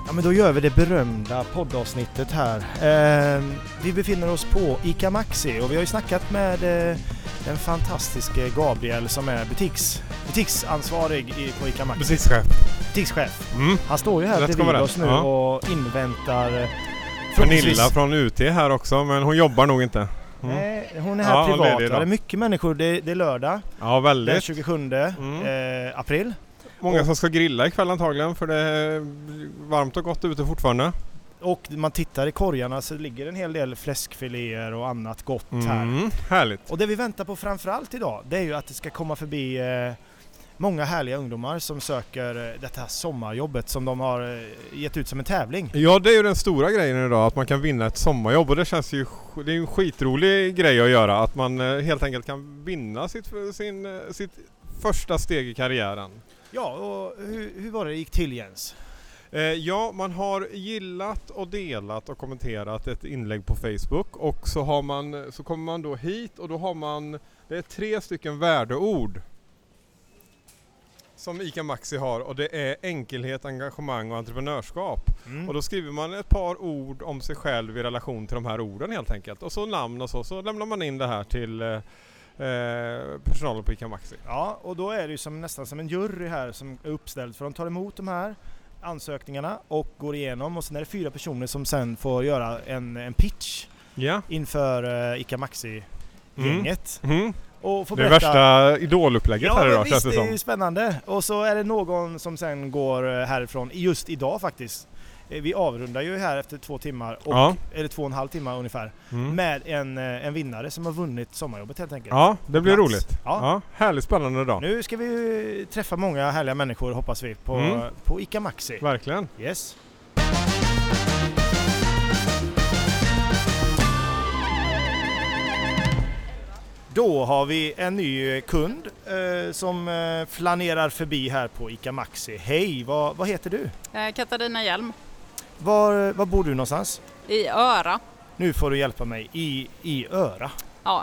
Ja, men då gör vi det berömda poddavsnittet här. Vi befinner oss på ICA Maxi och vi har ju snackat med den fantastiske Gabriel som är butiksansvarig på ICA Maxi. Butikschef. Han står ju här bredvid oss nu och inväntar Pernilla från UT här också, men hon jobbar nog inte. Nej, hon är här privat. Det är mycket människor. Det är lördag. Ja, väldigt. Den 27 april. Många som ska grilla ikväll antagligen, för det är varmt och gott ute fortfarande. Och man tittar i korgarna så ligger en hel del fläskfiléer och annat gott här. Härligt. Och det vi väntar på framförallt idag, det är ju att det ska komma förbi många härliga ungdomar som söker detta sommarjobbet som de har gett ut som en tävling. Ja, det är ju den stora grejen idag, att man kan vinna ett sommarjobb, och det känns ju, det är en skitrolig grej att göra, att man helt enkelt kan vinna sitt första steg i karriären. Ja, och hur var det gick till, Jens? Ja, man har gillat och delat och kommenterat ett inlägg på Facebook, och så kommer man då hit, och då har man, det är 3 stycken värdeord som ICA Maxi har, och det är enkelhet, engagemang och entreprenörskap. Och då skriver man ett par ord om sig själv i relation till de här orden helt enkelt, och så namn och så lämnar man in det här till personalen på ICA Maxi. Ja, och då är det ju nästan som en jury här som är uppställd, för de tar emot de här ansökningarna och går igenom, och sen är det 4 personer som sen får göra en pitch inför ICA Maxi-gänget. Och får det är värsta idolupplägget här idag, känns det som. Ja, det är spännande. Och så är det någon som sen går härifrån, just idag faktiskt. Vi avrundar ju här efter 2 timmar, eller 2,5 timmar ungefär, med en vinnare som har vunnit sommarjobbet helt enkelt. Ja, det blir roligt. Ja. Härligt spännande idag. Nu ska vi träffa många härliga människor, hoppas vi, på ICA Maxi. Verkligen. Yes. Då har vi en ny kund som flanerar förbi här på ICA Maxi. Hej, vad heter du? Katarina Hjelm. Var bor du någonstans? I Öra. Nu får du hjälpa mig. I Öra? Ja,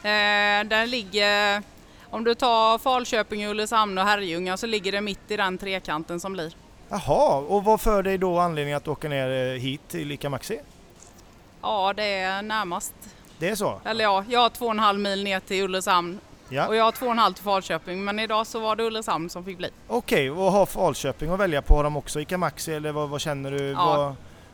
där ligger, om du tar Falköping, Ulricehamn och Herrljunga, så ligger det mitt i den trekanten som blir. Jaha, och vad för dig då anledning att åka ner hit till ICA Maxi? Ja, det är närmast. Det är så? Eller ja, jag har 2,5 mil ner till Ulricehamn. Ja. Och jag har 2,5 till Falköping, men idag så var det Ulricehamn som fick bli. Okej, och har Falköping att välja på, har de också ICA Maxi, eller vad känner du? Ja.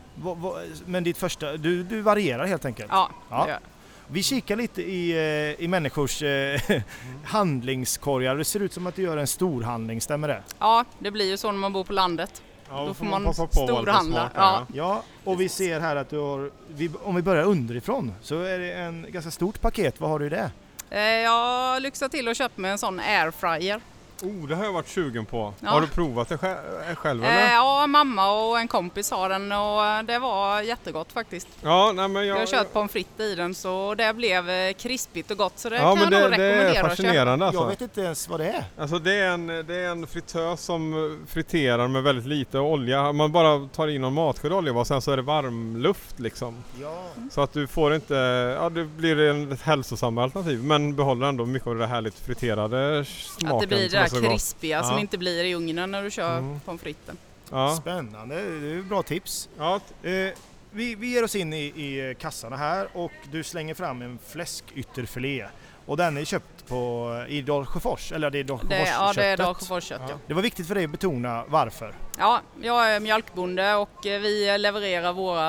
Men ditt första, du varierar helt enkelt? Ja, det gör. Vi kikar lite i människors handlingskorgar. Det ser ut som att du gör en storhandling, stämmer det? Ja, det blir ju så när man bor på landet. Ja, då får man storhandla. Ja, och vi ser här att du har, om vi börjar underifrån, så är det en ganska stort paket. Vad har du i det? Jag lyxar till och köpt mig en sån airfryer. Det har jag varit sugen på. Ja. Har du provat det själv eller? Ja, mamma och en kompis har den, och det var jättegott faktiskt. Ja, nej, men jag har kört pommes frites i den, så det blev krispigt och gott, så det kan jag nog rekommendera. Det är fascinerande alltså. Jag vet inte ens vad det är. Alltså det är en fritös som friterar med väldigt lite olja. Man bara tar in någon matsked olja och sen så är det varm luft liksom. Ja. Så att du får inte, det blir ett hälsosamt alternativ, men behåller ändå mycket av det härligt friterade smaken. Att det blir det krispiga som inte blir i ugnen när du kör pommes fritesen. Ja. Spännande, det är bra tips. Ja. Vi ger oss in i kassarna här, och du slänger fram en fläskytterfilé. Och den är köpt i Dalsjöfors, eller det är Dalsjöfors-köttet? Ja, det är Dalsjöfors-kött, ja. Det var viktigt för dig att betona varför. Ja, jag är mjölkbonde och vi levererar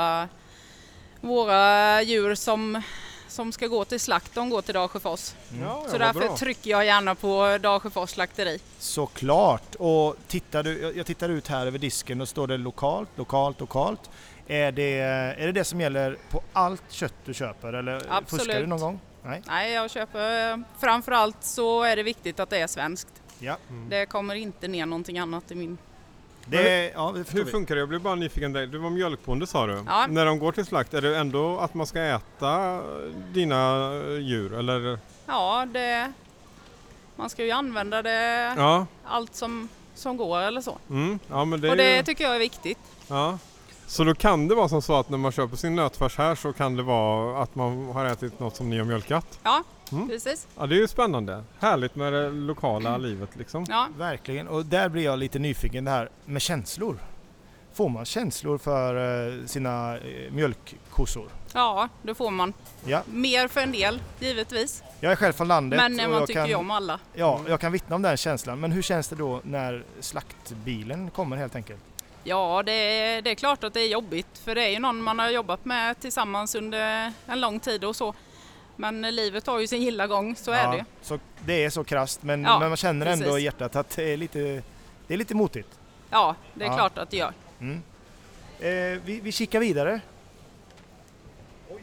våra djur som ska gå till slakt, de går till Dalsjöfors. Så därför trycker jag gärna på Dalsjöfors slakteri. Såklart, och jag tittar ut här över disken och står det lokalt. Är det som gäller på allt kött du köper, eller Absolut. Fuskar du någon gång? Nej, jag köper, framförallt så är det viktigt att det är svenskt. Ja. Det kommer inte ner någonting annat i min. Hur funkar det? Jag blev bara nyfiken. Du var mjölkbonde, sa du. Ja. När de går till slakt, är det ändå att man ska äta dina djur? Eller? Ja, man ska ju använda det allt som går eller så. Ja, men det tycker jag är viktigt. Ja. Så då kan det vara som så att när man köper sin nötfärs här, så kan det vara att man har ätit något som ni har mjölkat? Ja, precis. Ja, det är ju spännande. Härligt med det lokala livet liksom. Ja. Verkligen, och där blir jag lite nyfiken, det här med känslor. får man känslor för sina mjölkkossor? Ja, det får man. Ja. Mer för en del, givetvis. Jag är själv från landet. Men man tycker ju om alla. Ja, jag kan vittna om den känslan. Men hur känns det då när slaktbilen kommer helt enkelt? Ja, det är klart att det är jobbigt. För det är ju någon man har jobbat med tillsammans under en lång tid och så. Men livet har ju sin gilla gång, så är det. Så det är så krasst, men man känner ändå i hjärtat att det är lite motigt. Ja, det är klart att det gör. Mm. Vi kikar vidare. Oj.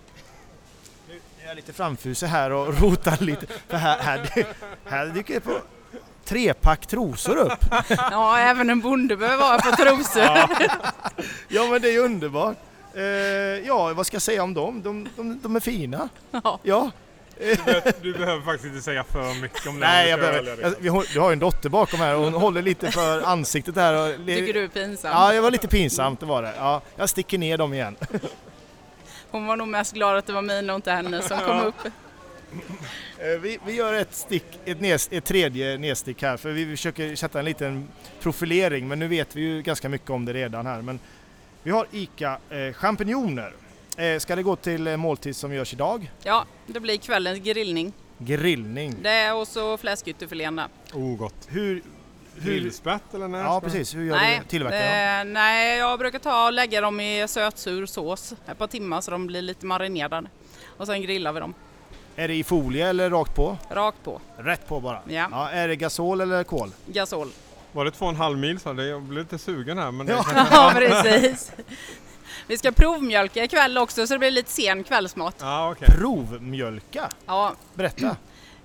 Nu är jag lite framfusig här och rotar lite. För här dyker det på 3-pack trosor upp. Ja, även en bonde behöver vara på trosor. Ja, men det är ju underbart. Vad ska jag säga om dem? De är fina. Ja. Du behöver faktiskt inte säga för mycket om det. Nej, du har ju en dotter bakom här och hon håller lite för ansiktet här. Tycker du är pinsam? Ja, det var lite pinsamt, det var det. Ja, jag sticker ner dem igen. Hon var nog mest glad att det var mina och inte henne som kom upp. Vi gör ett tredje nedstick här, för vi försöker sätta en liten profilering, men nu vet vi ju ganska mycket om det redan här. Men vi har ICA champinjoner. Ska det gå till måltid som görs idag? Ja, det blir kvällens grillning. Grillning? Det är också fläskytterfilén där. Gott. Hur grillspett eller nästa? Ja, precis. Hur gör du tillverkaren? Nej, jag brukar lägga dem i sötsur sås ett par timmar så de blir lite marinerade. Och sen grillar vi dem. Är det i folie eller rakt på? Rakt på. Rätt på bara? Ja. Är det gasol eller kol? Gasol. Var det 2,5 mil så jag blev lite sugen här. Men ja, precis. Vi ska provmjölka ikväll också så det blir lite sen kvällsmat. Ja, okay. Provmjölka? Ja. Berätta.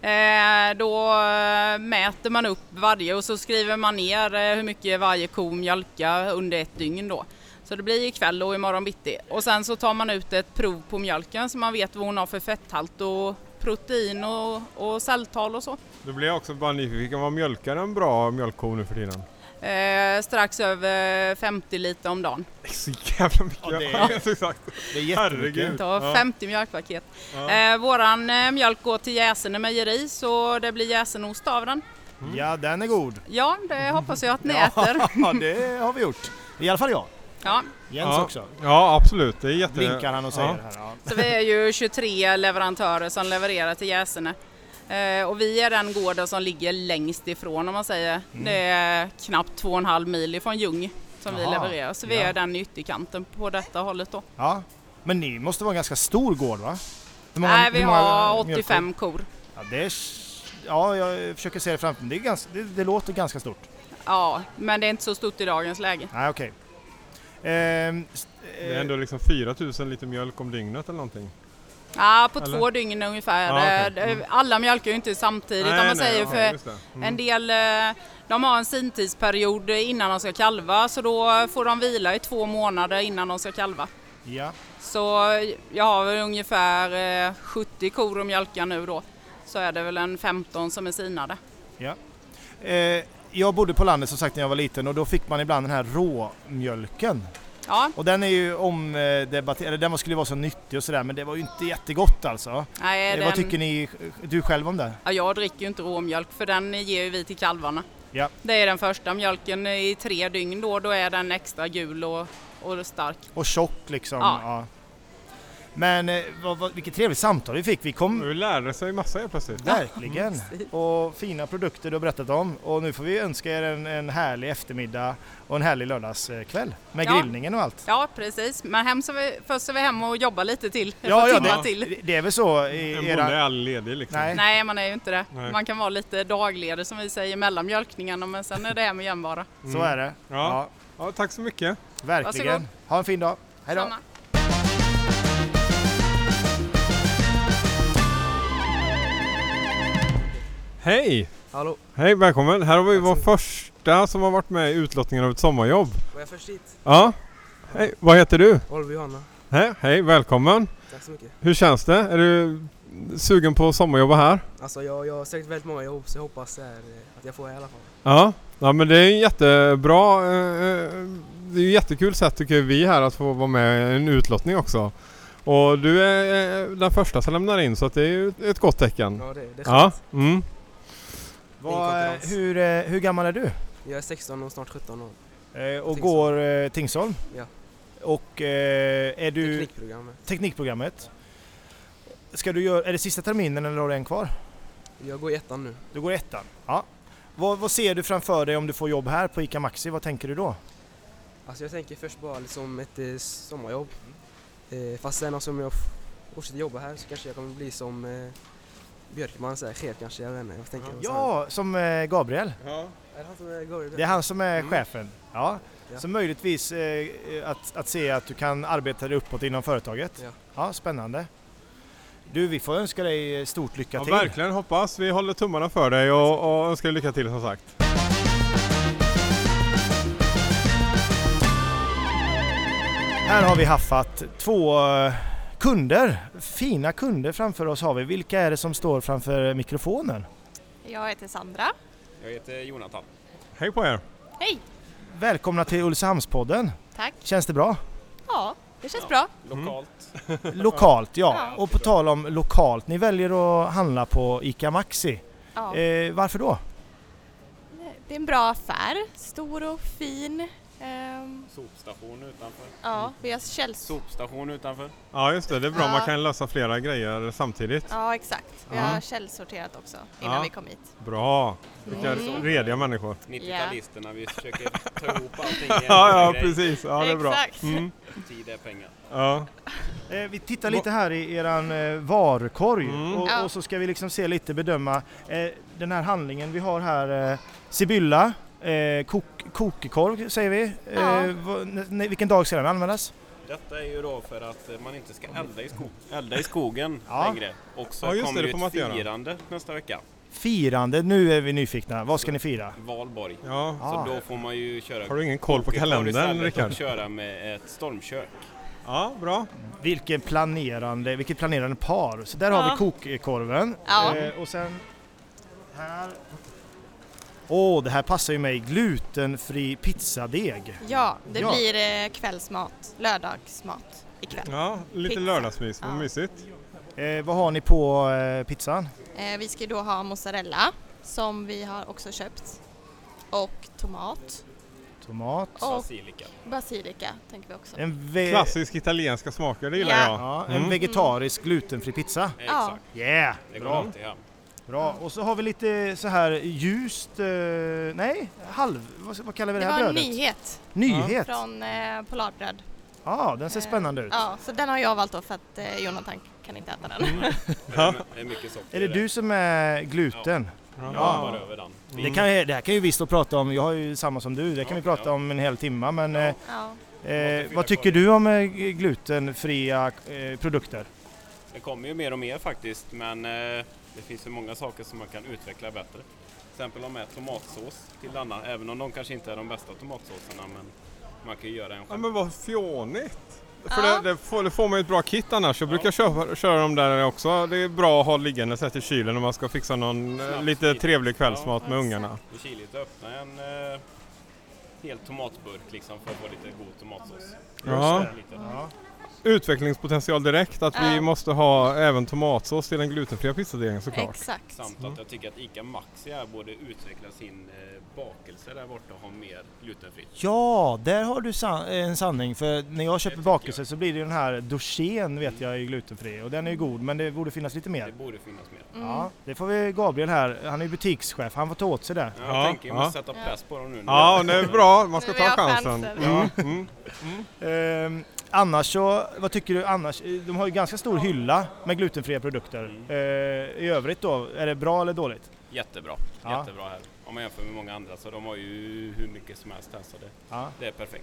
Då mäter man upp varje och så skriver man ner hur mycket varje ko mjölkar under ett dygn då. Så det blir ikväll och imorgon bitti. Och sen så tar man ut ett prov på mjölken så man vet vad hon har för fetthalt och protein och celltal och så. Då blir jag också bara nyfiken, vad mjölkar en bra mjölkko nu för tiden? Strax över 50 liter om dagen. Det är så jävla mycket. Ja, det är jättemycket. Ta 50 mjölkpaket. Ja. Våran mjölk går till Jäsene mejeri så det blir jäsenost av den. Mm. Ja, den är god. Ja, det hoppas jag att ni äter. Ja, det har vi gjort. I alla fall jag. Ja. Jens också. Ja, absolut. Det är blinkar han och säger här. Ja. Så vi är ju 23 leverantörer som levererar till Jäsene. Och vi är den gården som ligger längst ifrån om man säger. Mm. Det är knappt 2,5 mil ifrån Ljung som vi levererar. Så vi är den ytterkanten på detta hållet då. Ja, men ni måste vara en ganska stor gård va? Nej, vi har 85 kor. Ja, jag försöker se det framför mig. Det låter ganska stort. Ja, men det är inte så stort i dagens läge. Nej, okej. Det är ändå liksom 4 000 liter mjölk om dygnet eller någonting. Ja, på 2 dygn ungefär. Ja, okay. Alla mjölkar ju inte samtidigt om man säger för en del de har en sintidsperiod innan de ska kalva så då får de vila i 2 månader innan de ska kalva. Ja. Så jag har ungefär 70 kor och mjölkar nu då. Så är det väl en 15 som är sinade. Ja. Jag bodde på landet som sagt när jag var liten och då fick man ibland den här råmjölken. Ja. Och den är ju omdebatterad, den skulle vara så nyttig och sådär men det var ju inte jättegott alltså. Nej, vad tycker du själv om det? Ja, jag dricker ju inte råmjölk för den ger ju vi till kalvarna. Ja. Det är den första mjölken i 3 dygn då är den extra gul och stark. Och tjock liksom. Ja. Men vilket trevligt samtal vi fick. Vi lärde sig massa helt plötsligt. Verkligen. Och fina produkter du har berättat om. Och nu får vi önska er en härlig eftermiddag och en härlig lördagskväll med grillningen och allt. Ja, precis. Men först är vi hem och jobbar lite till. Det är väl så. En bonde är aldrig ledig liksom. Nej, man är ju inte det. Nej. Man kan vara lite dagledig som vi säger mellan mjölkningarna men sen är det hem igen bara. Så är det. Ja, tack så mycket. Verkligen. Varsågod. Ha en fin dag. Hej då. Samma. Hej! Hallå. Hej, välkommen. Här har vi vår första som har varit med i utlottningen av ett sommarjobb. Var jag först hit? Ja. Hej, vad heter du? Oliver Johanna. Hej, välkommen. Tack så mycket. Hur känns det? Är du sugen på att sommarjobba här? Alltså jag har sökt väldigt många jobb så jag hoppas att jag får det i alla fall. Ja, men det är jättebra. Det är ju jättekul sätt tycker vi här att få vara med i en utlottning också. Och du är den första som lämnar in så att det är ju ett gott tecken. Ja, det är ja. Mm. Hur gammal är du? Jag är 16 och snart 17 år. Och Tingsholm. går Tingsholm. Ja. Och är du... Teknikprogrammet. Teknikprogrammet. Är det sista terminen eller har du en kvar? Jag går i ettan nu. Du går i ettan. Ja. Vad ser du framför dig om du får jobb här på ICA Maxi? Vad tänker du då? Alltså jag tänker först bara liksom ett sommarjobb. Fast sen om jag fortsätter jobba här så kanske jag kommer bli som Björkman, så här, chef kanske, jag vet inte. Jag tänker Ja, som Gabriel. Ja. Är det han som är Gabriel? Det är han som är chefen. Ja. Ja. Så möjligtvis att se att du kan arbeta dig uppåt inom företaget. Ja. Ja, spännande. Du, vi får önska dig stort lycka till. Verkligen, hoppas. Vi håller tummarna för dig och önskar dig lycka till som sagt. Här har vi haffat 2 kunder. Fina kunder framför oss har vi. Vilka är det som står framför mikrofonen? Jag heter Sandra. Jag heter Jonathan. Hej på er! Hej! Välkomna till Ulricehamnspodden. Tack. Känns det bra? Ja, det känns bra. Lokalt. Lokalt, ja. Ja. Och på tal om lokalt, ni väljer att handla på ICA Maxi. Ja. Varför då? Det är en bra affär, stor och fin. Sopstation utanför. Ja, vi har Sopstation utanför. Ja just det, det är bra. Ja. Man kan lösa flera grejer samtidigt. Ja, exakt. Vi Ja. har källsorterat också innan Ja. vi kom hit. Bra! Vilka rediga människor. 90-talisterna, vi försöker ta ihop allting i en Ja, grej. precis. Ja, det är bra. Exakt. Mm. Tid är pengar. Ja. Vi tittar lite här i eran varukorg Ja. och så ska vi liksom se lite, bedöma den här handlingen vi har här. Sibylla, kokkorv säger vi. Ja. Vilken dag ska den användas? Detta är ju då för att man inte ska elda i skogen Ja. längre. Och så Ja, just kommer det, det får man ett inte göra. firande nästa vecka. Firande, nu är vi nyfikna. Vad ska ni fira? Valborg. Ja. Så då får man ju köra Har du ingen koll på kokekorv kalendern, istället Rickard? och köra med ett stormkök. Ja, bra. Vilket planerande par. Så där har Ja. vi kokkorven. Ja. Och sen här. Det här passar ju mig. Glutenfri pizzadeg. Ja, det Ja. blir kvällsmat, lördagsmat ikväll. Ja, lite Pizza. lördagsmys. Vad Ja. mysigt. Vad har ni på pizzan? Vi ska då ha mozzarella som vi har också köpt. Och tomat Tomat. och Basilika. basilika tänker vi också. Klassisk italienska smaker, det gillar Ja. jag. Ja, en Mm. vegetarisk glutenfri pizza. Exakt. Yeah! Det går Bra. alltid hem. Bra. Och så har vi lite så här ljust, vad kallar vi det Det här var en brödet? nyhet Nyhet? från Polarbröd. Ja, den ser spännande ut. Ja, så den har jag valt då för att Jonathan kan inte äta den. Ja. Det är mycket socker Är det i du som är gluten? Jag Ja. hoppar över den. Det här kan ju vi stå och prata om, jag har ju samma som du, det kan vi prata om en hel timme, men Ja. vad tycker du om glutenfria produkter? Det kommer ju mer och mer faktiskt, men det finns ju många saker som man kan utveckla bättre. Till exempel om tomatsås till denna, även om de kanske inte är de bästa tomatsåserna, men man kan ju göra en Ja, själv. men vad fjonigt. För Ja. det får man ju ett bra kit annars. Jag brukar köra dem där också. Det är bra att ha liggande sett i kylen när man ska fixa någon lite trevlig kvällsmat med ungarna. I Chile öppna en hel tomatburk liksom för att få lite god tomatsås. Ja. Lite. Ja. Utvecklingspotential direkt att vi Ja. måste ha även tomatsås till den glutenfria pizzadegen såklart. Exakt. Samt att jag tycker att ICA Maxi här borde utveckla sin bakelse där borta och ha mer glutenfritt. Ja, där har du en sanning, för när jag köper bakelse så blir det den här Dorsen vet jag är glutenfri och den är ju god, men det borde finnas lite Det mer. borde finnas mer. Ja, det får vi Gabriel här, han är ju butikschef, han får ta åt sig det. Jag Ja, tänker vi måste ja. sätta press på dem nu. Ja, det är bra. Man ska Nu ta har jag chansen. chansen. Annars så, vad tycker du annars? De har ju ganska stor hylla med glutenfria produkter. I övrigt då, är det bra eller dåligt? Jättebra. Ja. Jättebra här. Om man jämför med många andra så de har ju hur mycket som helst här så det är perfekt.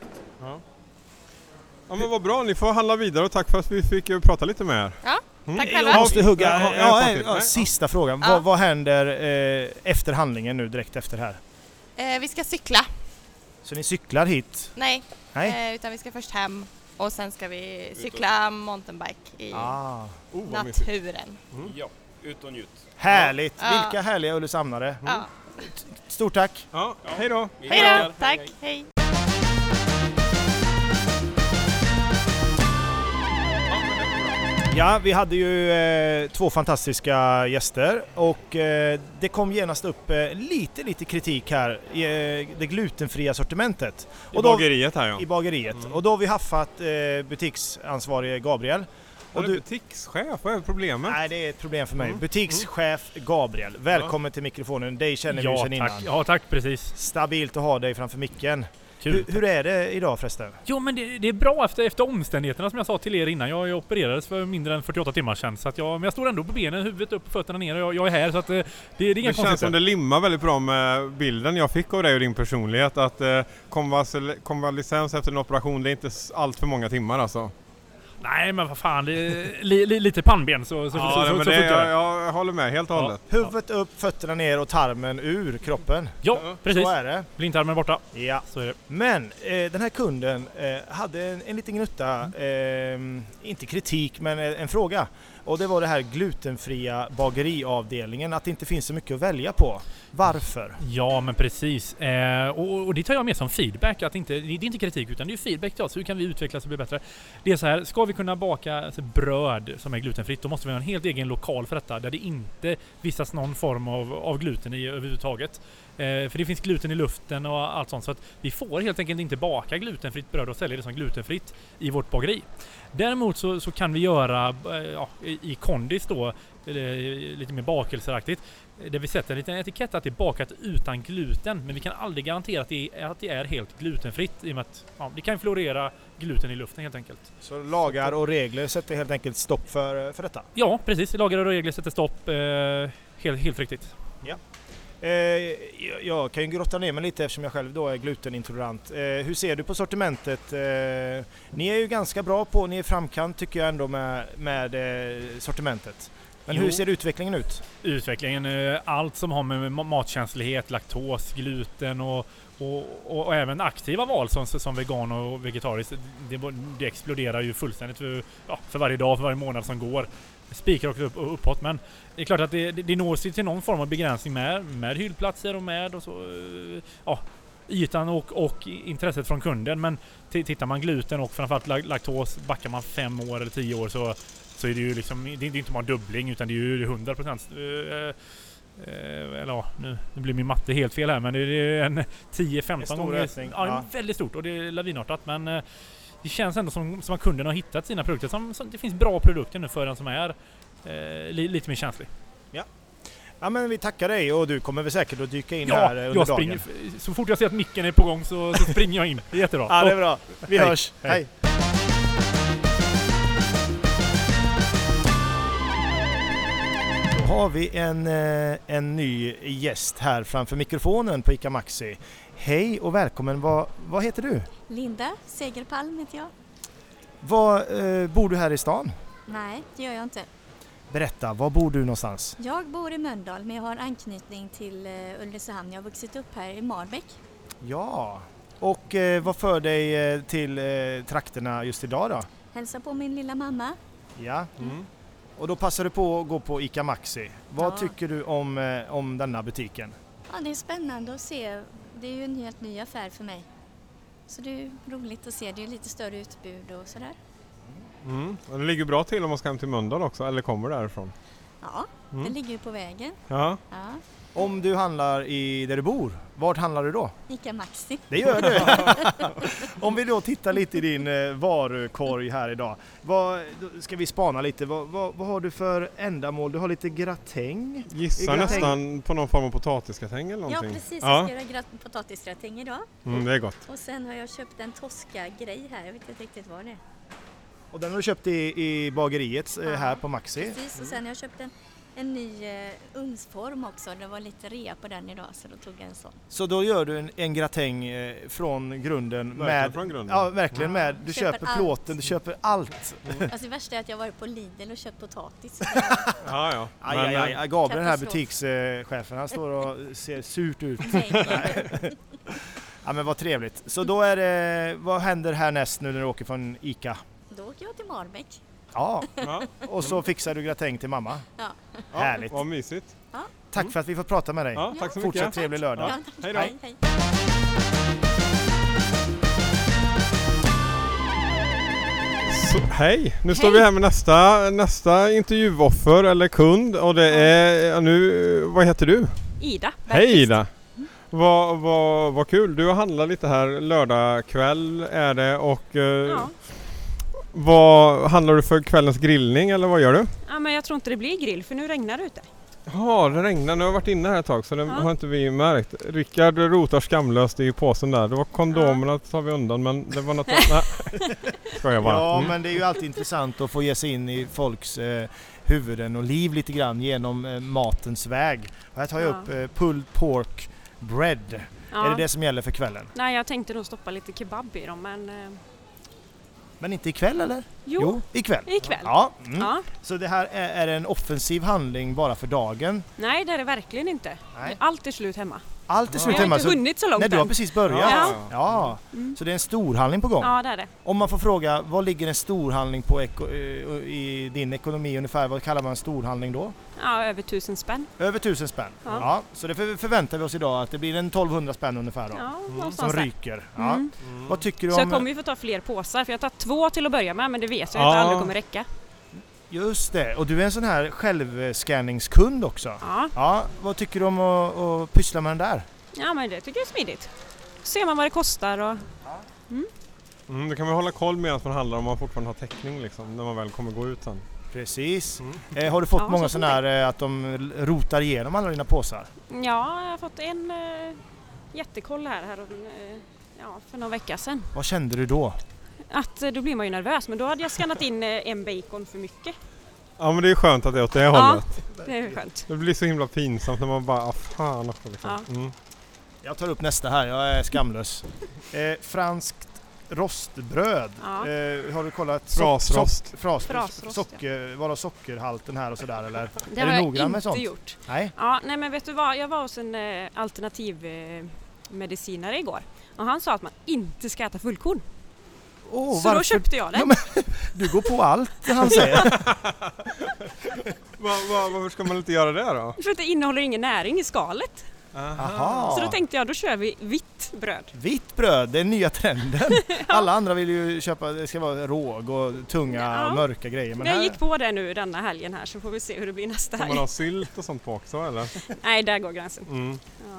Ja, men vad bra. Ni får handla vidare och tack för att vi fick prata lite med er. Ja, tack Jag själva. måste hugga. Ja, Sista frågan. Ja. Vad händer efter handlingen nu direkt efter här? Vi ska cykla. Så ni cyklar hit? Nej, Nej? utan vi ska först hem och sen ska vi cykla mountainbike i Vad mysigt. naturen. Ja, ut och njut. Härligt! Ja. Vilka härliga ulricehamnare. Ja. Stort tack! Ja, hej då! Vi Hej tackar. då, tack, hej. Ja, vi hade ju 2 fantastiska gäster och det kom genast upp lite kritik här i det glutenfria sortimentet. I bageriet här, ja. I bageriet. Och då har vi haffat butiksansvarige Gabriel. Och du butikschef, vad är problemet? Nej, det är ett problem för mig. Butikschef Gabriel, välkommen till mikrofonen. Dig känner vi sedan innan. Ja, tack, precis. Stabilt att ha dig framför micken. Kul. Hur är det idag förresten? Jo, men det är bra efter omständigheterna som jag sa till er innan. Jag opererades för mindre än 48 timmar sedan. Så att men jag står ändå på benen, huvudet upp och fötterna ner. Och jag är här, så att det är inga konstigheter. Det känns som det limmar väldigt bra med bilden jag fick av dig och din personlighet. Att konvalescens efter en operation, det är inte allt för många timmar alltså. Nej, men vad fan, det är lite pannben så funkar det. Jag håller med helt och hållet. Huvudet upp, fötterna ner och tarmen ur kroppen. Ja, precis. Så är det. Blindtarmen borta. Ja. Så är det. Men den här kunden hade en liten gnutta, inte kritik men en fråga. Och det var det här glutenfria bageriavdelningen, att det inte finns så mycket att välja på. Varför? Ja, men precis. Och det tar jag med som feedback. Att det är inte kritik utan det är feedback till oss. Hur kan vi utvecklas och bli bättre? Det är så här, ska vi kunna baka bröd som är glutenfritt, då måste vi ha en helt egen lokal för detta. Där det inte visas någon form av gluten i överhuvudtaget. För det finns gluten i luften och allt sånt. Så att vi får helt enkelt inte baka glutenfritt bröd och sälja det som glutenfritt i vårt bageri. Däremot så kan vi göra i kondis då, lite mer bakelseraktigt, där vi sätter en liten etikett att det är bakat utan gluten, men vi kan aldrig garantera att det är helt glutenfritt i och med att det kan florera gluten i luften helt enkelt. Så lagar och regler sätter helt enkelt stopp för detta? Ja, precis. Lagar och regler sätter stopp helt riktigt. Ja. Jag kan ju grotta ner mig lite eftersom jag själv då är glutenintolerant. Hur ser du på sortimentet? Ni är ju ganska bra på, ni är framkant tycker jag ändå med sortimentet. Men hur ser utvecklingen ut? Utvecklingen, allt som har med matkänslighet, laktos, gluten och även aktiva val som vegan och vegetariskt, det exploderar ju fullständigt för varje dag, för varje månad som går. Spikar också uppåt, men det är klart att det når sig till någon form av begränsning med hyllplatser och med och så, ytan och intresset från kunden. Men tittar man gluten och framförallt laktos, backar man 5 år eller 10 år så är det ju liksom, det är inte bara dubbling utan det är ju 100%. Nu blir min matte helt fel här, men det är en 10-15 gånger. Ja, väldigt stort och det är lavinartat, men det känns ändå som att kunden har hittat sina produkter. Som det finns bra produkter nu för den som är lite mer känslig. Ja, men vi tackar dig och du kommer väl säkert att dyka in här under jag springer, dagen. Så fort jag ser att micken är på gång så springer jag in. Det är jättebra. Ja, det är bra. Vi hörs. Hej. Då har vi en ny gäst här framför mikrofonen på ICA Maxi. Hej och välkommen. Vad heter du? Linda Segerpalm heter jag. Bor du här i stan? Nej, det gör jag inte. Berätta, var bor du någonstans? Jag bor i Mölndal, men jag har anknytning till Ulricehamn. Jag har vuxit upp här i Marbäck. Ja, och vad för dig till trakterna just idag då? Hälsa på min lilla mamma. Ja, och då passar du på att gå på ICA Maxi. Vad tycker du om denna butiken? Ja, det är spännande att se. Det är ju en helt ny affär för mig. Så det är roligt att se. Det är lite större utbud och sådär. Och det ligger bra till om man ska hem till Mölndal också, eller kommer därifrån? Ja, det ligger ju på vägen. Ja. Om du handlar där du bor, vart handlar du då? ICA Maxi. Det gör du! Om vi då tittar lite i din varukorg här idag. Ska vi spana lite? Vad har du för ändamål? Du har lite gratäng. Gissar nästan på någon form av potatisgratäng eller någonting. Ja, precis. Jag ska göra potatisgratäng idag. Det är gott. Och sen har jag köpt en Tosca-grej här. Jag vet inte riktigt vad det är. Och den har du köpt i bageriet här på Maxi. Precis, och sen har jag köpt en ny ugnsform också. Det var lite rea på den idag så då tog jag en sån. Så då gör du en gratäng från grunden? Från grunden? Ja, verkligen med. Du köper plåten, du köper allt. Alltså det värsta är att jag varit på Lidl och köpt potatis. Ja. Gabriel, den här butikschefen, han står och ser surt ut. Ja, men vad trevligt. Så då är det, vad händer härnäst nu när du åker från ICA? Då åker jag till Marbäck. Ja, och så fixar du gratäng till mamma. Ja. Härligt. Vad mysigt. Ja. Tack för att vi får prata med dig. Ja, tack så mycket. Fortsätt trevlig lördag. Ja, hej då. Hej. Så Hej! Nu står vi här med nästa intervjuoffer eller kund och det är nu, vad heter du? Ida. Hej Ida! Vad kul, du har handlat lite här lördag kväll är det och vad handlar du för kvällens grillning eller vad gör du? Ja, men jag tror inte det blir grill för nu regnar det ute. Ja, det regnar. Nu har jag varit inne här ett tag så det har inte vi märkt. Rickard rotar skamlöst i påsen där. Det var kondomerna tar vi undan men det var något ska jag bara. Ja, men det är ju alltid intressant att få ge sig in i folks huvuden och liv lite grann genom matens väg. Och här tar jag upp pulled pork bread. Ja. Är det som gäller för kvällen? Nej, jag tänkte nog stoppa lite kebab i dem Men inte ikväll eller? Jo, ikväll. Ja. Ja. Så det här är en offensiv handling bara för dagen? Nej, det är det verkligen inte. Nej. Allt är slut hemma. Allt är slut hemma? Jag har inte hunnit så långt. Nej, du har precis börjat. Ja. Mm. Så det är en storhandling på gång? Ja, det är det. Om man får fråga, vad ligger en storhandling på i din ekonomi ungefär? Vad kallar man en storhandling då? Ja, över 1000 spänn. Över 1000 spänn? Ja. Så det förväntar vi oss idag att det blir en 1200 spänn ungefär då? Ja, som ryker. Ja. Vad tycker du om... Så jag kommer ju få ta fler påsar för jag tar 2 till att börja med men det vet jag att aldrig kommer räcka. Just det, och du är en sån här självscanningskund också. Ja. Vad tycker du om att pyssla med den där? Ja, men det tycker jag är smidigt. Ser man vad det kostar och... Det kan vi hålla koll med att man handlar om man fortfarande har täckning liksom, när man väl kommer gå ut sen. Precis. Har du fått många sådana här att de rotar igenom alla dina påsar? Ja, jag har fått en jättekoll här för några veckor sedan. Vad kände du då? Att då blir man ju nervös, men då hade jag skannat in en bacon för mycket. Ja, men det är skönt att det är åt det hållet. Det är skönt. Det blir så himla pinsamt när man bara, fan också liksom. Ja. Jag tar upp nästa här, jag är skamlös. Franskt rostbröd. Har du kollat frasrost? Vad har sockerhalten här och sådär eller? Det är har du jag noggrann med inte sånt? gjort. Nej. Ja, nej men vet du vad, jag var hos en alternativmedicinare igår och han sa att man inte ska äta fullkorn. Så varför? Då köpte jag det. Ja, men, du går på allt han säger. Varför ska man inte göra det då? För att det innehåller ingen näring i skalet. Aha. Så då tänkte jag, då kör vi vitt bröd. Vitt bröd, det är nya trenden. Alla andra vill ju köpa, det ska vara råg och tunga och mörka grejer. Men jag gick på det nu denna helgen här så får vi se hur det blir nästa helg. Kan man ha sylt och sånt på också eller? Nej, där går gränsen. Ja.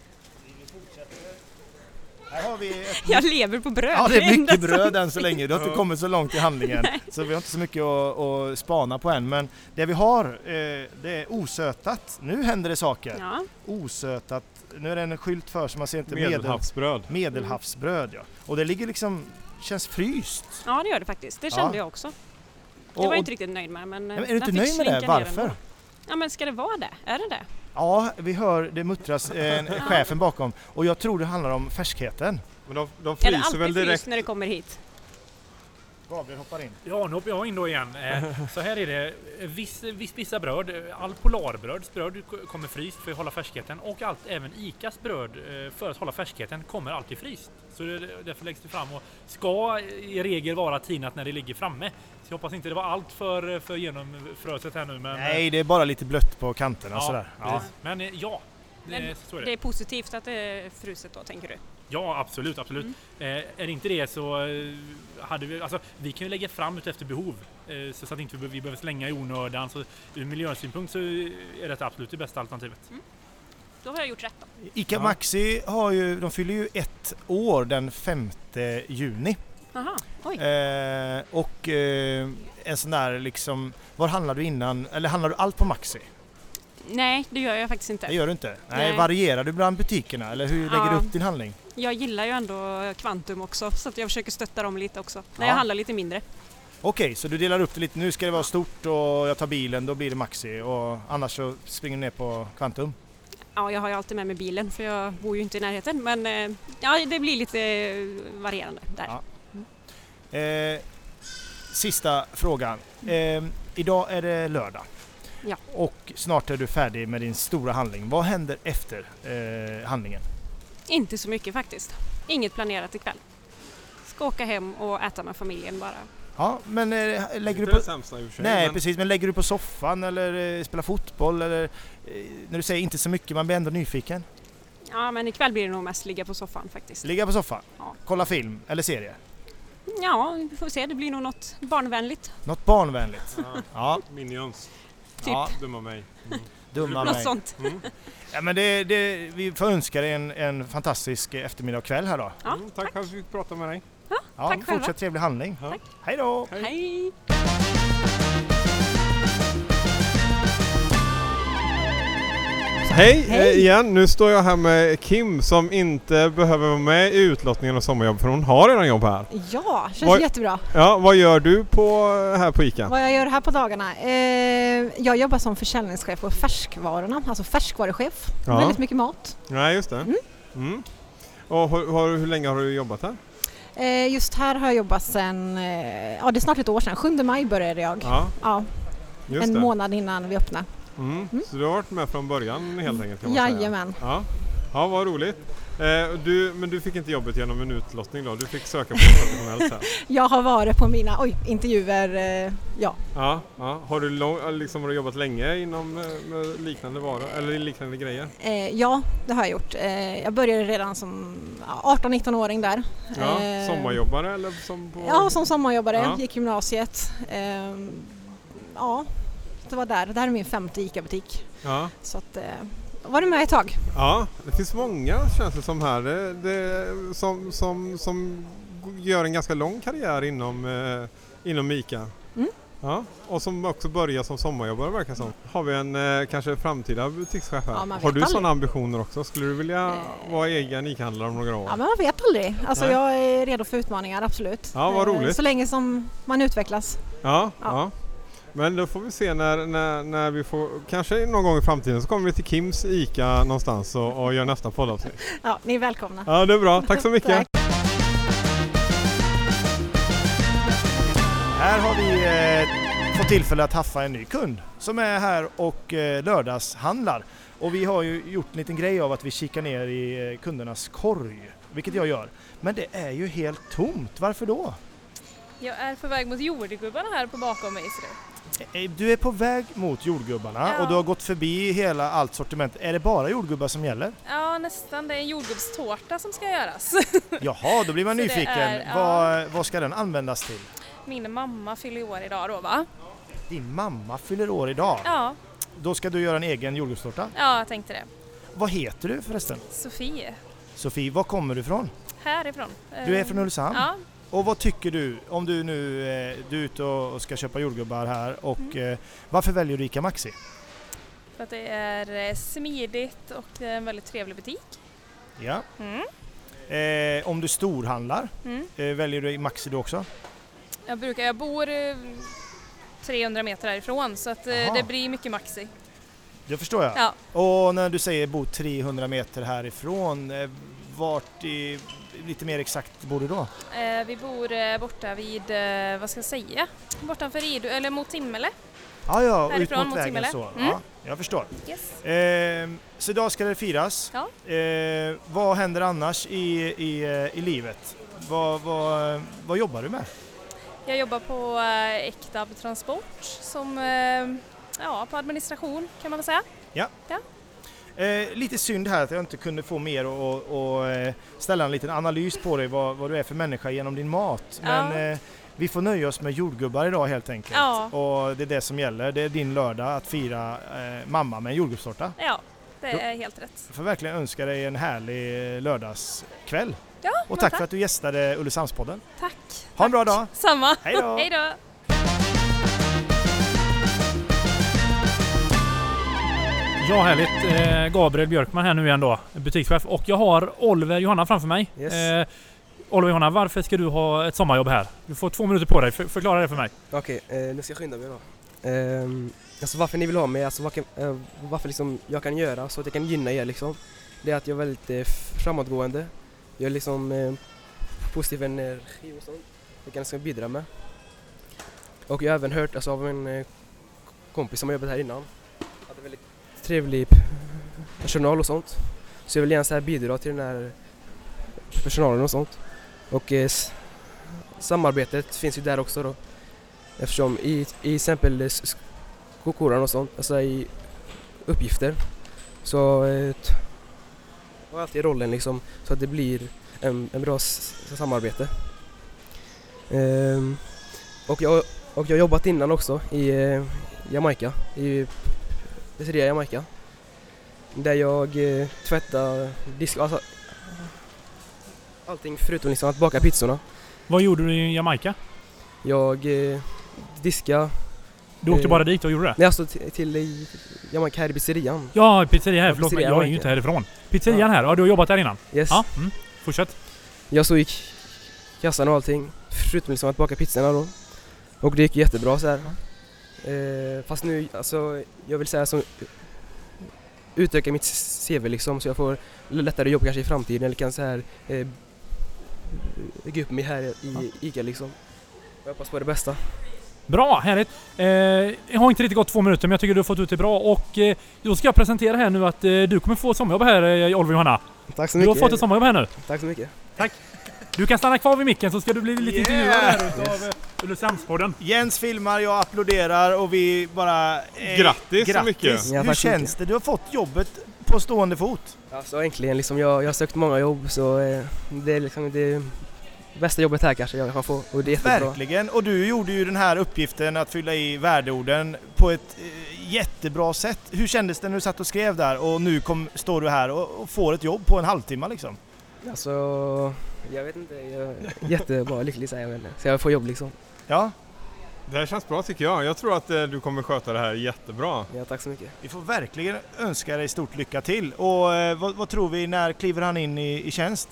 Här har vi jag lever på bröd. Ja, det är mycket bröd än så länge. Du har inte kommit så långt i handlingen. Så vi har inte så mycket att spana på än. Men det vi har, det är osötat. Nu händer det saker. Ja. Osötat. Nu är det en skylt för så man ser inte medelhavsbröd. Medelhavsbröd, ja. Och det ligger liksom, känns fryst. Ja, det gör det faktiskt. Det kände jag också. Det var jag inte riktigt nöjd med. Men är du inte nöjd med det? Varför? Ja, men ska det vara det? Är det det? Ja, vi hör det muttras chefen bakom och jag tror det handlar om färskheten. Men de fryser är det alltid väl direkt frys när det kommer hit? Gabriel hoppar in. Ja, nu hoppar jag in då igen. Så här är det. Vissa bröd, all Polarbröds bröd kommer fryst för att hålla färskheten och även Icas bröd för att hålla färskheten kommer alltid fryst. Så därför läggs det fram och ska i regel vara tinat när det ligger framme. Så jag hoppas inte det var allt för genomfröset här nu. Men, nej, det är bara lite blött på kanterna och sådär. Ja. Men ja, så är det. Det är positivt att det är fruset då, tänker du? Ja, absolut. Är det inte det så hade vi, alltså vi kan ju lägga fram ut efter behov så att inte vi behöver slänga i onödan. Så ur miljösynpunkt så är det absolut det bästa alternativet. Då har jag gjort rätt då. Ica Maxi de fyller ju 1 år den 5 juni. Aha, oj. Och en sån där liksom, var handlar du innan, eller handlar du allt på Maxi? Nej, det gör jag faktiskt inte. Det gör du inte? Nej. Varierar du bland butikerna eller hur lägger du upp din handling? Jag gillar ju ändå Kvantum också så att jag försöker stötta dem lite också när jag handlar lite mindre. Okej, så du delar upp det lite, nu ska det vara stort och jag tar bilen, då blir det Maxi och annars så springer du ner på Kvantum? Ja, jag har ju alltid med mig bilen för jag bor ju inte i närheten men det blir lite varierande där. Ja. Sista frågan. Idag är det lördag. Ja. Och snart är du färdig med din stora handling. Vad händer efter handlingen? Inte så mycket faktiskt. Inget planerat ikväll. Ska åka hem och äta med familjen bara. Ja, men lägger du på... Sämsta, nej, precis. Men lägger du på soffan eller spelar fotboll? Eller, när du säger inte så mycket, man blir ändå nyfiken. Ja, men ikväll blir det nog mest ligga på soffan faktiskt. Ligga på soffan? Ja. Kolla film eller serie? Ja, vi får se. Det blir nog något barnvänligt. Något barnvänligt? Ja. Minions. Typ. Ja, dumma mig. Dumma Något mig. sånt. Ja, men vi får önska dig en fantastisk eftermiddag och kväll här då. Ja, tack för att vi fick prata med dig. Ja, tack själva. fortsätt trevlig handling. Ja. Hej då! Hej! Hej igen, nu står jag här med Kim som inte behöver vara med i utlottningen och sommarjobb för hon har redan jobb här. Ja, känns jättebra. Ja, vad gör du här på ICA? Vad jag gör här på dagarna? Jag jobbar som försäljningschef på färskvarorna, alltså färskvaruchef. Ja. Väldigt mycket mat. Nej, just det. Mm. Och hur länge har du jobbat här? Just här har jag jobbat sedan, det är snart ett år sedan. 7 maj började jag. Ja. Just en det. månad innan vi öppnade. Så du har varit med från början helt enkelt kan man Jajamän. säga. Ja, vad roligt. Men du fick inte jobbet genom en utlottning då? Du fick söka på professionellt här? Jag har varit på mina intervjuer, ja. Ja. Har du jobbat länge inom med liknande varor eller liknande grejer? Ja, det har jag gjort. Jag började redan som 18-19-åring där. Ja, sommarjobbare eller som på... Ja, som sommarjobbare. Ja. Gick gymnasiet. Det var där. Det här är min 5:e ICA-butik. Ja. Så att, var du med ett tag? Ja, det finns många känns det som här som gör en ganska lång karriär inom ICA. Ja, och som också börjar som sommarjobbare verkar som. Har vi en kanske framtida butikschef här? Ja, har du sådana ambitioner också? Skulle du vilja vara egen ICA-handlare om några år? Ja, men man vet aldrig. Alltså, jag är redo för utmaningar, absolut. Ja, vad roligt. Så länge som man utvecklas. Ja. Men då får vi se när vi får, kanske någon gång i framtiden så kommer vi till Kims ICA någonstans och gör nästa poddavsnitt. Ja, ni är välkomna. Ja, det är bra. Tack så mycket. Tack. Här har vi fått tillfälle att haffa en ny kund som är här och lördagshandlar. Och vi har ju gjort en liten grej av att vi kikar ner i kundernas korg, vilket jag gör. Men det är ju helt tomt. Varför då? Jag är på väg mot jordgubbarna här på bakom mig. Du är på väg mot jordgubbarna och du har gått förbi allt sortiment. Är det bara jordgubbar som gäller? Ja, nästan. Det är en jordgubbstårta som ska göras. Jaha, då blir man nyfiken. Vad ska den användas till? Min mamma fyller år idag då, va? Din mamma fyller år idag? Ja. Då ska du göra en egen jordgubbstårta? Ja, jag tänkte det. Vad heter du förresten? Sofie, var kommer du ifrån? Härifrån. Du är från Ulricehamn? Ja. Och vad tycker du om du nu du är ute och ska köpa jordgubbar här och varför väljer du ICA Maxi? För att det är smidigt och det är en väldigt trevlig butik. Ja. Om du storhandlar, väljer du Maxi då också? Jag bor 300 meter härifrån så att det blir mycket Maxi. Det förstår jag. Ja. Och när du säger bo 300 meter härifrån, lite mer exakt bor du då? Vi bor borta vid, vad ska jag säga, bortanför Idö, eller mot Timmele. Ja, härifrån ut mot vägen Timmele. så. Ja, jag förstår. Yes. Så idag ska det firas. Ja. Vad händer annars i livet? Vad jobbar du med? Jag jobbar på Ektab Transport som på administration kan man väl säga. Ja. Lite synd här att jag inte kunde få mer och ställa en liten analys på dig vad du är för människa genom din mat. Men vi får nöja oss med jordgubbar idag helt enkelt. Ja. Och det är det som gäller. Det är din lördag att fira mamma med en jordgubbstårta. Ja, det är helt rätt. Jag får verkligen önska dig en härlig lördagskväll. Ja, och tack för att du gästade Ulricehamnspodden. Tack. Ha en bra dag. Samma. Hej då. Hej då. Ja, härligt. Gabriel Björkman här nu igen då, butikschef. Och jag har Oliver Johanna framför mig. Yes. Oliver Johanna, varför ska du ha ett sommarjobb här? Du får 2 minuter på dig. Förklara det för mig. Okej, nu ska jag skynda mig då. Alltså varför ni vill ha mig, alltså varför liksom jag kan göra så att jag kan gynna er liksom. Det är att jag är väldigt framåtgående. Jag är liksom positiv energi och sånt. Jag kan liksom bidra med. Och jag har även hört av en kompis som har jobbat här innan. Att det är väldigt trevlig personal och sånt. Så jag vill gärna så här bidra till den här personalen och sånt. Och samarbetet finns ju där också då. Eftersom i exempel skolan och sånt, alltså i uppgifter, så har alltid rollen liksom så att det blir en bra samarbete. Och jag har jobbat innan också i Jamaica, i pizzeria Jamaica. Där jag tvättar disk, alltså allting förutom liksom att baka pizzorna. Vad gjorde du i Jamaica? Jag diskade. Du åkte bara dit och gjorde det? Nej, alltså till Jamaica här i pizzerian. Ja, pizzeria här, förlåt, pizzeria jag är ju inte härifrån. Pizzerian här, ja, du har jobbat där innan? Yes. Ja, fortsätt. Jag så gick kassan och allting, förutom liksom att baka pizzorna då. Och det gick jättebra så här. Fast nu, alltså, jag vill säga så utöka mitt CV liksom, så jag får lättare jobb kanske i framtiden, eller kan så här gå upp mig här i ICA liksom. Jag hoppas på det bästa. Bra, härligt. Jag har inte riktigt gått 2 minuter, men jag tycker du har fått ut det bra. Och då ska jag presentera här nu att du kommer få ett sommarjobb här, Oliver och Johanna. Tack så mycket. Du har fått ett sommarjobb här nu. Tack så mycket. Tack. Du kan stanna kvar vid micken så ska du bli lite intervjuad här utav Ulricehamnspodden. Jens filmar, jag applåderar och vi bara... Grattis så mycket. Ja, hur känns det? Du har fått jobbet på stående fot. Alltså äntligen, liksom, jag har sökt många jobb, så det är liksom det bästa jobbet här kanske jag kan få, och det är jättebra. Verkligen, och du gjorde ju den här uppgiften att fylla i värdeorden på ett jättebra sätt. Hur kändes det när du satt och skrev där och nu står du här och får ett jobb på en halvtimme liksom? Alltså, jag vet inte, jag är jättebra, lycklig säger jag, så jag får jobb liksom. Ja. Det här känns bra tycker jag. Jag tror att du kommer sköta det här jättebra. Ja, tack så mycket. Vi får verkligen önska dig stort lycka till. Och vad tror vi, när kliver han in i tjänst?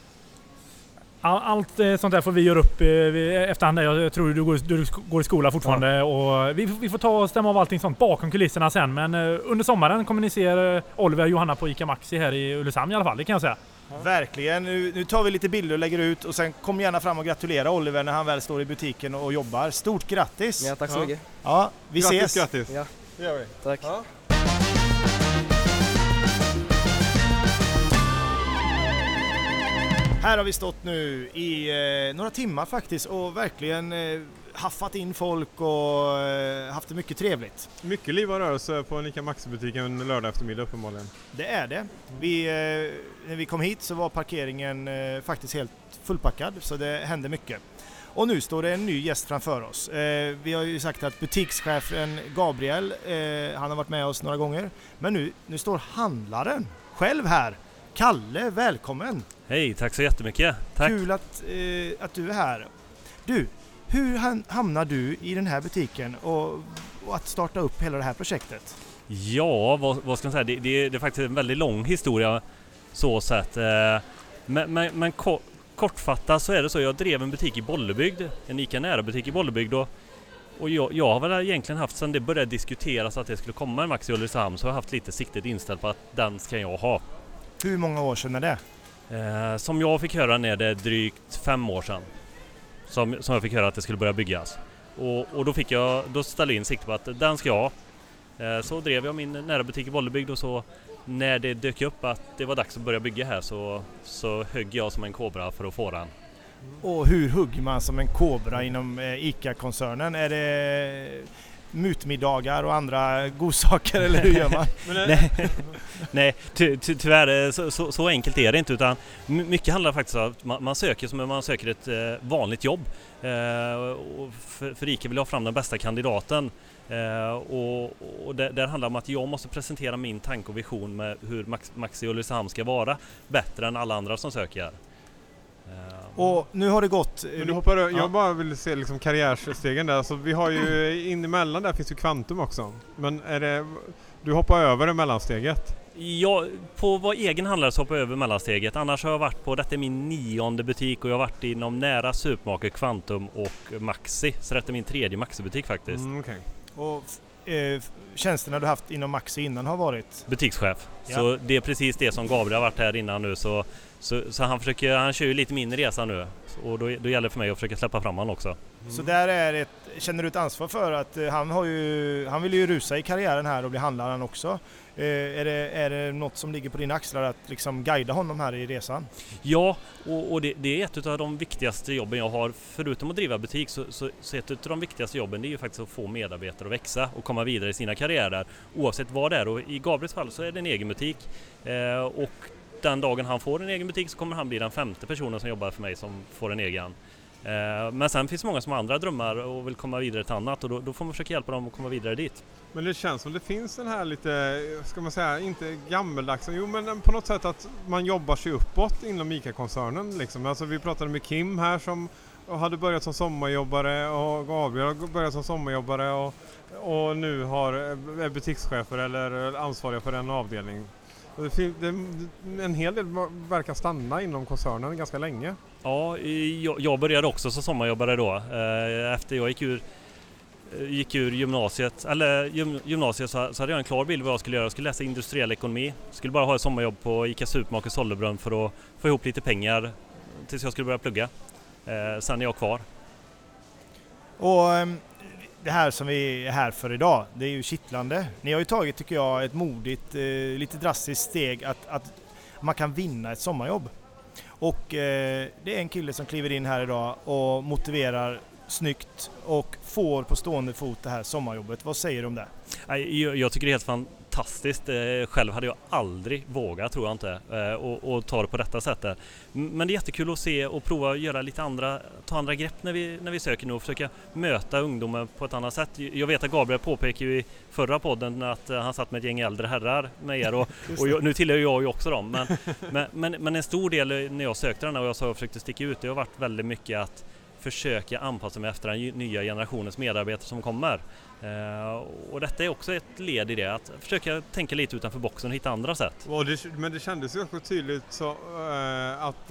Allt sånt där får vi göra upp efterhand. Jag tror du går i skola fortfarande. Ja. Och vi får ta och stämma av allting sånt bakom kulisserna sen. Men under sommaren kommer ni se Oliver och Johanna på ICA Maxi här i Ulricehamn i alla fall, det kan jag säga. Ja. Verkligen. Nu tar vi lite bilder och lägger ut, och sen kom gärna fram och gratulera Oliver när han väl står i butiken och jobbar. Stort grattis! Ja, tack så mycket. Ja, vi ses! Grattis! Ja, det gör vi. Tack. Ja. Här har vi stått nu i några timmar faktiskt och verkligen haffat in folk och haft det mycket trevligt. Mycket liv och rörelse på en ICA Maxi-butik en lördag eftermiddag uppenbarligen. Det är det. När vi kom hit så var parkeringen faktiskt helt fullpackad, så det hände mycket. Och nu står det en ny gäst framför oss. Vi har ju sagt att butikschefen Gabriel, han har varit med oss några gånger. Men nu står handlaren själv här. Kalle, välkommen! Hej, tack så jättemycket. Tack. Kul att du är här. Du, hur hamnar du i den här butiken och att starta upp hela det här projektet? Ja, vad ska man säga? Det är faktiskt en väldigt lång historia så sett. Men kortfattat så är det så. Jag drev en butik i Bollebygd, en ICA Nära-butik i Bollebygd. Och jag har väl egentligen haft, sedan det började diskuteras att det skulle komma en Maxi Ulricehamn, så har jag haft lite siktet inställt på att den ska jag ha. Hur många år sedan är det? Som jag fick höra är det drygt 5 år sedan som jag fick höra att det skulle börja byggas. Och då ställde jag in sikte på att den ska jag ha. Så drev jag min nära butik i Bollebygd, och så när det dök upp att det var dags att börja bygga här så högg jag som en kobra för att få den. Och hur hugger man som en kobra inom ICA-koncernen? Är det mutmiddagar och andra godsaker, eller hur gör man? Nej, tyvärr så enkelt är det inte, utan mycket handlar faktiskt om att man söker som man söker ett vanligt jobb. För ICA vill ha fram den bästa kandidaten. Och där handlar det om att jag måste presentera min tanke och vision med hur Maxi Ulricehamn ska vara bättre än alla andra som söker. Och nu har det gått... Men du hoppar, jag bara vill se liksom karriärstegen där. Så vi har ju inemellan där finns ju Kvantum också. Men du hoppar över mellansteget? Ja, på vad egen handlare så hoppar jag över mellansteget. Annars har jag varit på, detta är min 9:e butik, och jag har varit inom Nära, Supermarket, Kvantum och Maxi. Så detta är min 3:e Maxi-butik faktiskt. Okay. Och tjänsterna du haft inom Maxi innan har varit? Butikschef. Ja. Så det är precis det som Gabriel har varit här innan nu. Så han kör ju lite min resa nu. Och då gäller det för mig att försöka släppa fram han också. Så där känner du ett ansvar för att han vill ju rusa i karriären här och bli handlaren också. Är det något som ligger på dina axlar att liksom guida honom här i resan? Ja, och det är ett av de viktigaste jobben jag har. Förutom att driva butik så ett av de viktigaste jobben, det är ju faktiskt att få medarbetare att växa och komma vidare i sina karriärer. Oavsett vad det är. Och i Gabriels fall så är det en egen butik. Och den dagen han får en egen butik så kommer han bli den 5:e personen som jobbar för mig som får en egen. Men sen finns det många som har andra drömmar och vill komma vidare till annat, och då får man försöka hjälpa dem att komma vidare dit. Men det känns som det finns den här lite, ska man säga, inte gammeldags, men på något sätt att man jobbar sig uppåt inom ICA-koncernen liksom. Alltså vi pratade med Kim här som hade börjat som sommarjobbare, och Gabriel har börjat som sommarjobbare och nu är butikschefer eller ansvariga för en avdelning. En hel del verkar stanna inom koncernen ganska länge. Ja, jag började också som sommarjobbare då. Efter jag gick ur gymnasiet så hade jag en klar bild vad jag skulle göra. Jag skulle läsa industriell ekonomi. Jag skulle bara ha ett sommarjobb på ICA Supermarket Sollebrunn för att få ihop lite pengar tills jag skulle börja plugga. Sen är jag kvar. Och det här som vi är här för idag, det är ju kittlande. Ni har ju tagit, tycker jag, ett modigt, lite drastiskt steg att man kan vinna ett sommarjobb. Och det är en kille som kliver in här idag och motiverar snyggt och får på stående fot det här sommarjobbet. Vad säger du om det? Jag tycker det är helt fantastiskt. Själv hade jag aldrig vågat, tror jag inte, och ta det på detta sättet. Men det är jättekul att se och prova att göra ta andra grepp när vi söker nu och försöka möta ungdomar på ett annat sätt. Jag vet att Gabriel påpekade ju i förra podden att han satt med ett gäng äldre herrar med er och nu tillhör jag ju också dem. Men en stor del när jag sökte den och jag försökte sticka ut, det har varit väldigt mycket att försöka anpassa mig efter den nya generationens medarbetare som kommer. Och detta är också ett led i det, att försöka tänka lite utanför boxen och hitta andra sätt. Men det kändes ju också tydligt så, att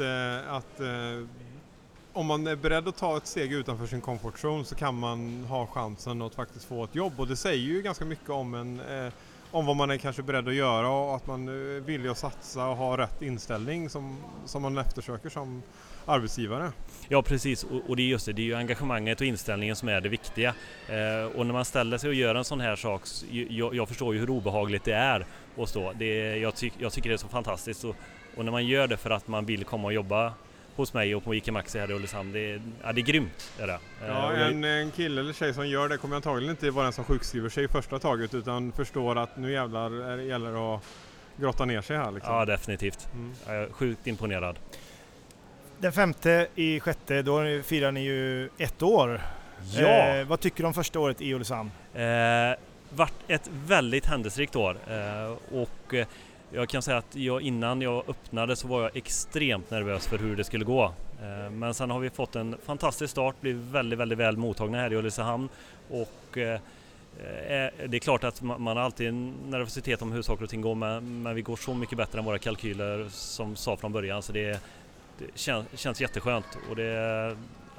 om man är beredd att ta ett steg utanför sin comfort zone så kan man ha chansen att faktiskt få ett jobb. Och det säger ju ganska mycket om vad man är kanske beredd att göra och att man vill att satsa och ha rätt inställning som man eftersöker som arbetsgivare. Ja, precis, och det är just det är ju engagemanget och inställningen som är det viktiga. Och när man ställer sig och gör en sån här sak, jag förstår ju hur obehagligt det är att stå. Jag tycker det är så fantastiskt, och när man gör det för att man vill komma och jobba hos mig och på ICA Maxi här i Ulricehamn, det är grymt. Är det. Ja, en kille eller tjej som gör det kommer antagligen inte vara den som sjukskriver sig i första taget, utan förstår att nu jävlar gäller att grotta ner sig här. Liksom. Ja, definitivt. Jag är sjukt imponerad. Den 5/6, då firar ni ju 1 år. Ja. Vad tycker du om första året i Ulricehamn? Vart ett väldigt händelserikt år. Och jag kan säga att innan jag öppnade så var jag extremt nervös för hur det skulle gå. Men sen har vi fått en fantastisk start, blivit väldigt, väldigt väl mottagna här i Ulricehamn. Och det är klart att man har alltid en nervositet om hur saker och ting går, men vi går så mycket bättre än våra kalkyler som sa från början. Så det känns jätteskönt, och det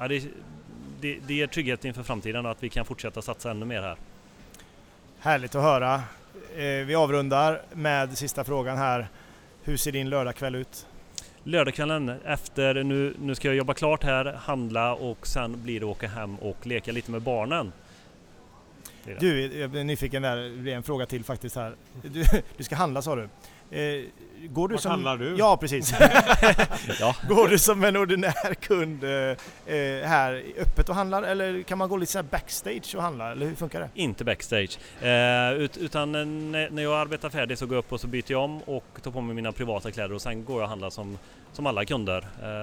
ger trygghet inför framtiden och att vi kan fortsätta satsa ännu mer här. Härligt att höra. Vi avrundar med sista frågan här. Hur ser din lördagkväll ut? Lördagskvällen efter, nu ska jag jobba klart här, handla och sen blir det åka hem och leka lite med barnen. Du, jag är nyfiken där, det blir en fråga till faktiskt här. Du ska handla, sa du. Går du handlar du? Ja, precis. Ja. Går du som en ordinär kund här öppet och handlar, eller kan man gå lite så här backstage och handla, eller hur funkar det? Inte backstage, utan när jag arbetar färdigt så går jag upp och så byter jag om och tar på mig mina privata kläder, och sen går jag och handlar som alla kunder.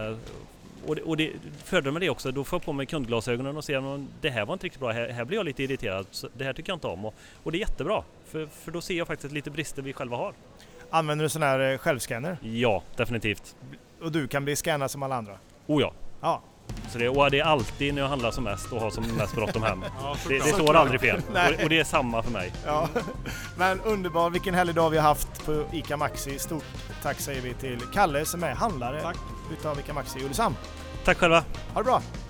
Och det fördrar med det också, då får jag på mig kundglasögonen och ser att det här var inte riktigt bra, här blir jag lite irriterad, så det här tycker jag inte om, och det är jättebra, för då ser jag faktiskt lite brister vi själva har. Använder du sån här självscanner? Ja, definitivt. Och du kan bli scannad som alla andra? Oh ja. Ja. Så det är alltid när jag handlar som mest och har som mest bråttom hem. Det står aldrig fel. Och det är samma för mig. Ja. Men underbar, vilken härlig dag vi har haft på ICA Maxi. Stort tack säger vi till Kalle som är handlare utav ICA Maxi i Ulricehamn. Tack själva. Ha det bra.